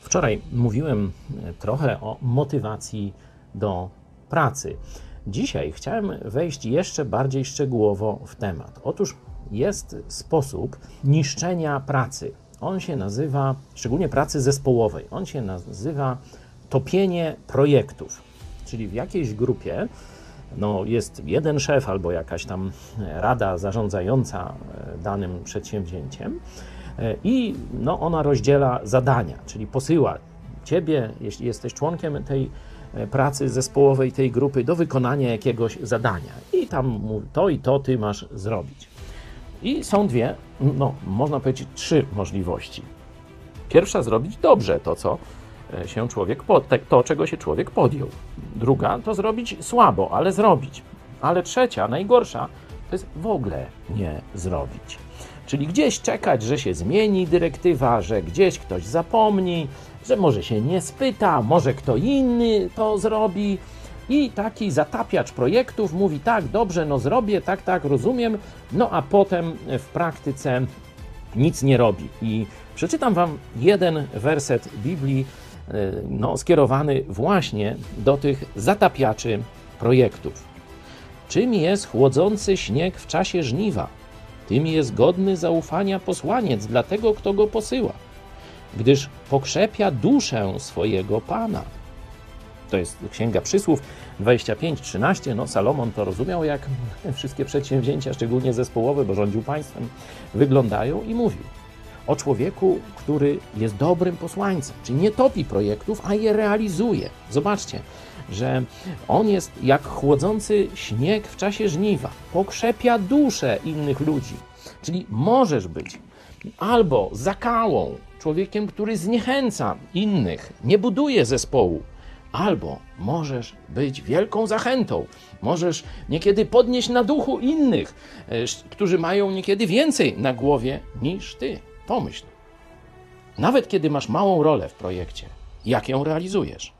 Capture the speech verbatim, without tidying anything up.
Wczoraj mówiłem trochę o motywacji do pracy. Dzisiaj chciałem wejść jeszcze bardziej szczegółowo w temat. Otóż jest sposób niszczenia pracy. On się nazywa, szczególnie pracy zespołowej, on się nazywa topienie projektów. Czyli w jakiejś grupie no, jest jeden szef albo jakaś tam rada zarządzająca danym przedsięwzięciem i no, ona rozdziela zadania, czyli posyła ciebie, jeśli jesteś członkiem tej pracy zespołowej, tej grupy, do wykonania jakiegoś zadania. I tam mówi, to i to ty masz zrobić. I są dwie, no można powiedzieć trzy możliwości. Pierwsza, zrobić dobrze to, co się człowiek, pod, to czego się człowiek podjął. Druga, to zrobić słabo, ale zrobić. Ale trzecia, najgorsza, to jest w ogóle nie zrobić. Czyli gdzieś czekać, że się zmieni dyrektywa, że gdzieś ktoś zapomni, że może się nie spyta, może kto inny to zrobi. I taki zatapiacz projektów mówi, tak, dobrze, no zrobię, tak, tak, rozumiem, no a potem w praktyce nic nie robi. I przeczytam wam jeden werset Biblii, no, skierowany właśnie do tych zatapiaczy projektów. Czym jest chłodzący śnieg w czasie żniwa? Tym jest godny zaufania posłaniec dla tego, kto go posyła, gdyż pokrzepia duszę swojego Pana. To jest Księga Przysłów dwadzieścia pięć trzynaście. No, Salomon to rozumiał, jak wszystkie przedsięwzięcia, szczególnie zespołowe, bo rządził państwem, wyglądają i mówił o człowieku, który jest dobrym posłańcem, czyli nie topi projektów, a je realizuje. Zobaczcie, że on jest jak chłodzący śnieg w czasie żniwa, pokrzepia duszę innych ludzi. Czyli możesz być albo zakałą, człowiekiem, który zniechęca innych, nie buduje zespołu, albo możesz być wielką zachętą. Możesz niekiedy podnieść na duchu innych, którzy mają niekiedy więcej na głowie niż ty. Pomyśl. Nawet kiedy masz małą rolę w projekcie, jak ją realizujesz?